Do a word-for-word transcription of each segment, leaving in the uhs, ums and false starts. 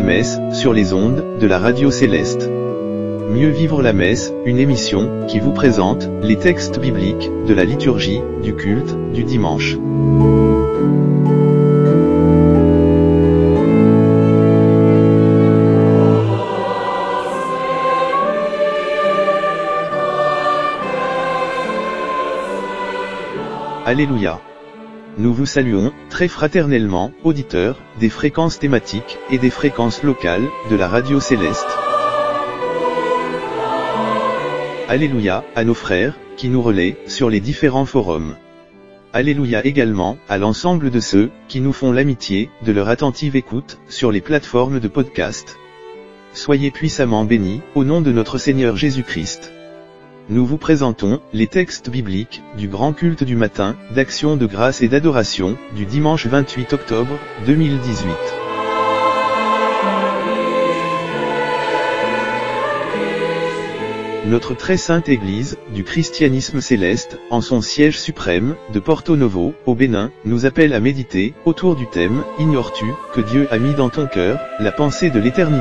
messe, sur les ondes de la radio céleste. Mieux vivre la messe, une émission qui vous présente les textes bibliques de la liturgie du culte du dimanche. Alléluia. Nous vous saluons, très fraternellement, auditeurs, des fréquences thématiques, et des fréquences locales, de la radio céleste. Alléluia, à nos frères, qui nous relaient, sur les différents forums. Alléluia également, à l'ensemble de ceux, qui nous font l'amitié, de leur attentive écoute, sur les plateformes de podcast. Soyez puissamment bénis, au nom de notre Seigneur Jésus-Christ. Nous vous présentons les textes bibliques du grand culte du matin, d'action de grâce et d'adoration, du dimanche vingt-huit octobre deux mille dix-huit. Notre très sainte Église, du christianisme céleste, en son siège suprême, de Porto Novo, au Bénin, nous appelle à méditer, autour du thème « Ignores-tu, que Dieu a mis dans ton cœur, la pensée de l'éternité ».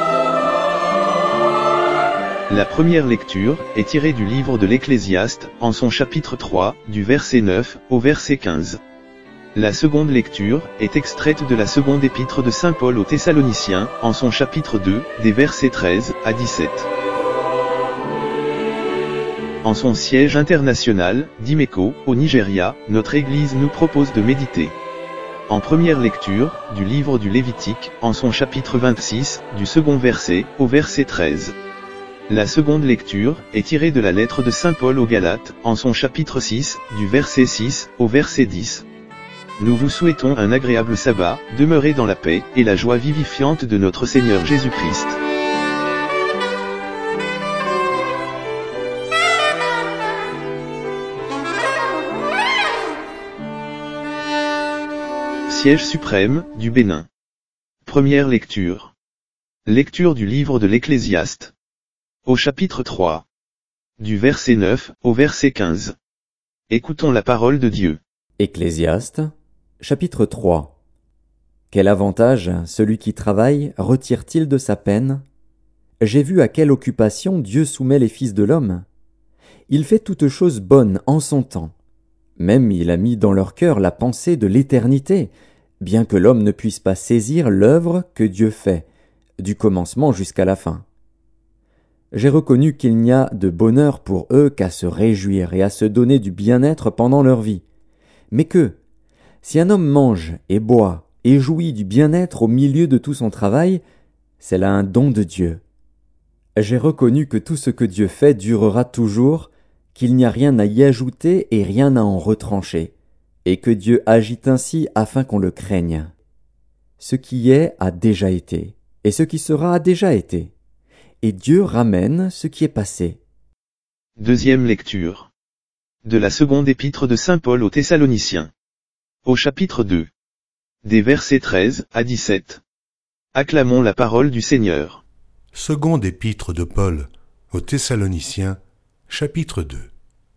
La première lecture est tirée du livre de l'Ecclésiaste, en son chapitre trois, du verset neuf au verset quinze. La seconde lecture est extraite de la seconde épître de saint Paul aux Thessaloniciens, en son chapitre deux, des versets treize à dix-sept. En son siège international, d'Imeko, au Nigeria, notre Église nous propose de méditer. En première lecture, du livre du Lévitique, en son chapitre vingt-six, du second verset au verset treize. La seconde lecture est tirée de la lettre de saint Paul aux Galates, en son chapitre six, du verset six au verset dix. Nous vous souhaitons un agréable sabbat, demeurez dans la paix et la joie vivifiante de notre Seigneur Jésus-Christ. Siège suprême du Bénin. Première lecture. Lecture du livre de l'Ecclésiaste. Au chapitre trois. Du verset neuf au verset quinze. Écoutons la parole de Dieu. Ecclésiaste, chapitre trois. Quel avantage celui qui travaille retire-t-il de sa peine? J'ai vu à quelle occupation Dieu soumet les fils de l'homme. Il fait toutes choses bonnes en son temps. Même il a mis dans leur cœur la pensée de l'éternité, bien que l'homme ne puisse pas saisir l'œuvre que Dieu fait, du commencement jusqu'à la fin. J'ai reconnu qu'il n'y a de bonheur pour eux qu'à se réjouir et à se donner du bien-être pendant leur vie. Mais que, si un homme mange et boit et jouit du bien-être au milieu de tout son travail, c'est là un don de Dieu. J'ai reconnu que tout ce que Dieu fait durera toujours, qu'il n'y a rien à y ajouter et rien à en retrancher, et que Dieu agit ainsi afin qu'on le craigne. Ce qui est a déjà été, et ce qui sera a déjà été. Et Dieu ramène ce qui est passé. Deuxième lecture. De la seconde épître de saint Paul aux Thessaloniciens. Au chapitre deux. Des versets treize à dix-sept. Acclamons la parole du Seigneur. Seconde épître de Paul aux Thessaloniciens, chapitre deux.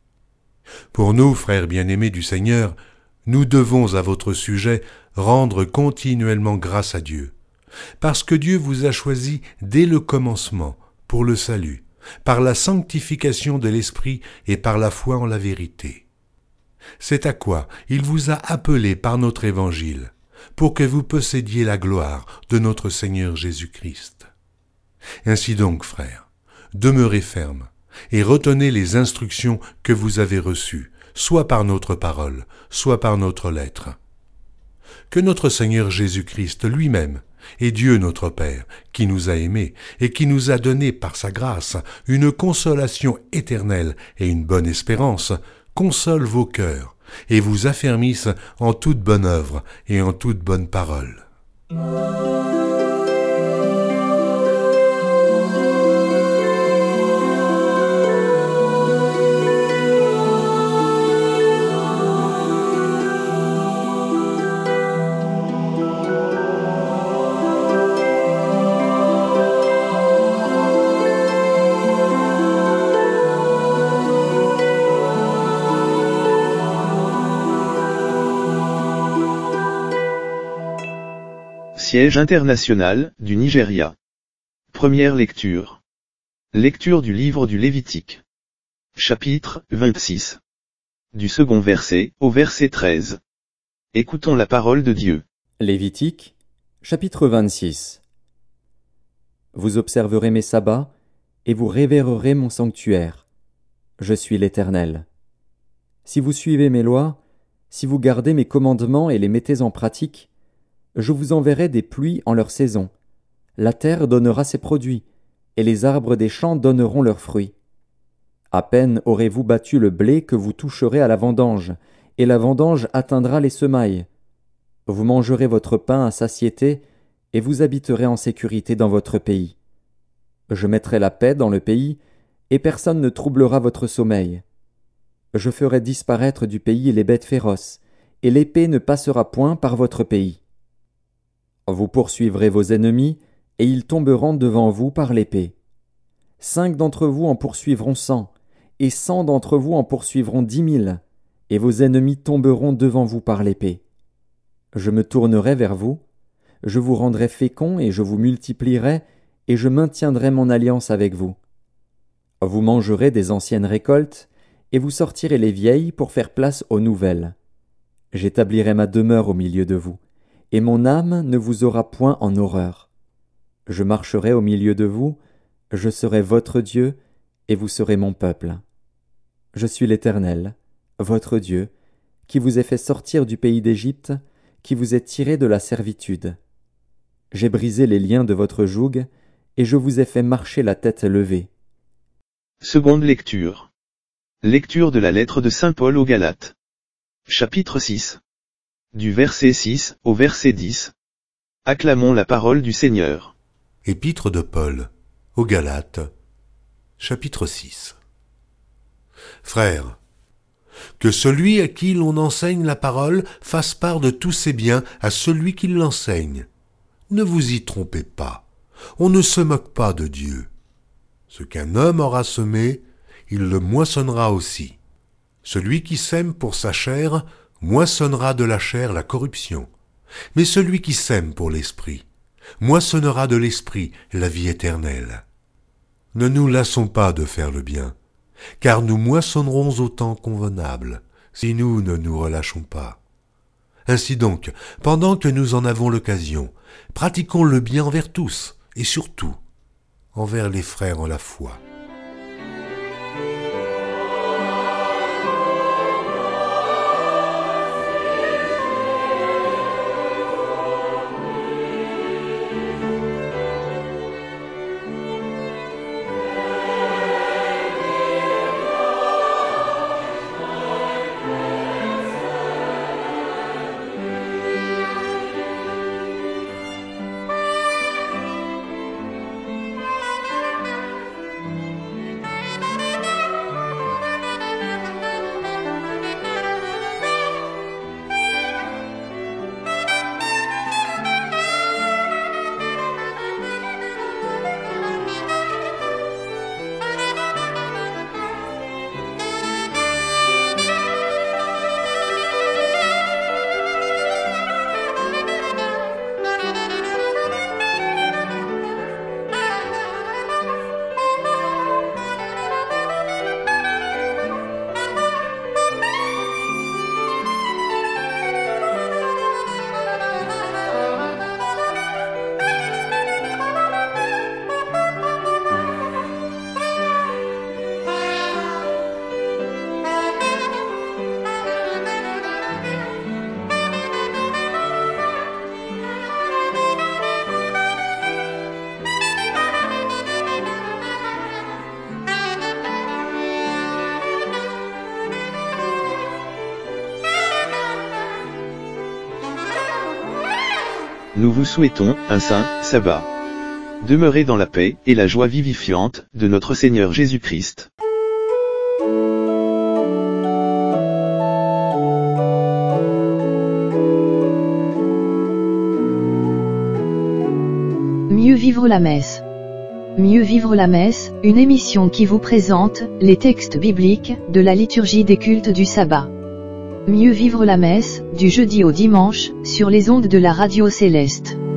Pour nous, frères bien-aimés du Seigneur, nous devons à votre sujet rendre continuellement grâce à Dieu. Parce que Dieu vous a choisi dès le commencement pour le salut, par la sanctification de l'Esprit et par la foi en la vérité. C'est à quoi il vous a appelé par notre évangile, pour que vous possédiez la gloire de notre Seigneur Jésus-Christ. Ainsi donc, frères, demeurez fermes et retenez les instructions que vous avez reçues, soit par notre parole, soit par notre lettre. Que notre Seigneur Jésus-Christ lui-même et Dieu notre Père, qui nous a aimés et qui nous a donné par sa grâce une consolation éternelle et une bonne espérance, console vos cœurs et vous affermisse en toute bonne œuvre et en toute bonne parole. siège international du Nigeria. Première lecture. Lecture du livre du Lévitique. Chapitre vingt-six. Du second verset au verset treize. Écoutons la parole de Dieu. Lévitique, chapitre vingt-six. Vous observerez mes sabbats, et vous révérerez mon sanctuaire. Je suis l'Éternel. Si vous suivez mes lois, si vous gardez mes commandements et les mettez en pratique, je vous enverrai des pluies en leur saison. La terre donnera ses produits, et les arbres des champs donneront leurs fruits. À peine aurez-vous battu le blé que vous toucherez à la vendange, et la vendange atteindra les semailles. Vous mangerez votre pain à satiété, et vous habiterez en sécurité dans votre pays. Je mettrai la paix dans le pays, et personne ne troublera votre sommeil. Je ferai disparaître du pays les bêtes féroces, et l'épée ne passera point par votre pays. Vous poursuivrez vos ennemis, et ils tomberont devant vous par l'épée. Cinq d'entre vous en poursuivront cent, et cent d'entre vous en poursuivront dix mille, et vos ennemis tomberont devant vous par l'épée. Je me tournerai vers vous, je vous rendrai féconds et je vous multiplierai, et je maintiendrai mon alliance avec vous. Vous mangerez des anciennes récoltes, et vous sortirez les vieilles pour faire place aux nouvelles. J'établirai ma demeure au milieu de vous, et mon âme ne vous aura point en horreur. Je marcherai au milieu de vous, je serai votre Dieu, et vous serez mon peuple. Je suis l'Éternel, votre Dieu, qui vous ai fait sortir du pays d'Égypte, qui vous ai tiré de la servitude. J'ai brisé les liens de votre joug, et je vous ai fait marcher la tête levée. Seconde lecture. Lecture de la lettre de saint Paul aux Galates. Chapitre six. Du verset six au verset dix. Acclamons la parole du Seigneur. Épître de Paul aux Galates, chapitre six. Frères, que celui à qui l'on enseigne la parole fasse part de tous ses biens à celui qui l'enseigne. Ne vous y trompez pas, on ne se moque pas de Dieu. Ce qu'un homme aura semé, il le moissonnera aussi. Celui qui sème pour sa chair, moissonnera de la chair la corruption. Mais celui qui sème pour l'esprit, moissonnera de l'esprit la vie éternelle. Ne nous lassons pas de faire le bien, car nous moissonnerons au temps convenable, si nous ne nous relâchons pas. Ainsi donc, pendant que nous en avons l'occasion, pratiquons le bien envers tous, et surtout, envers les frères en la foi. Nous vous souhaitons un saint sabbat. Demeurez dans la paix et la joie vivifiante de notre Seigneur Jésus-Christ. Mieux vivre la messe. Mieux vivre la messe, une émission qui vous présente les textes bibliques de la liturgie des cultes du sabbat. Mieux vivre la messe, du jeudi au dimanche, sur les ondes de la radio céleste.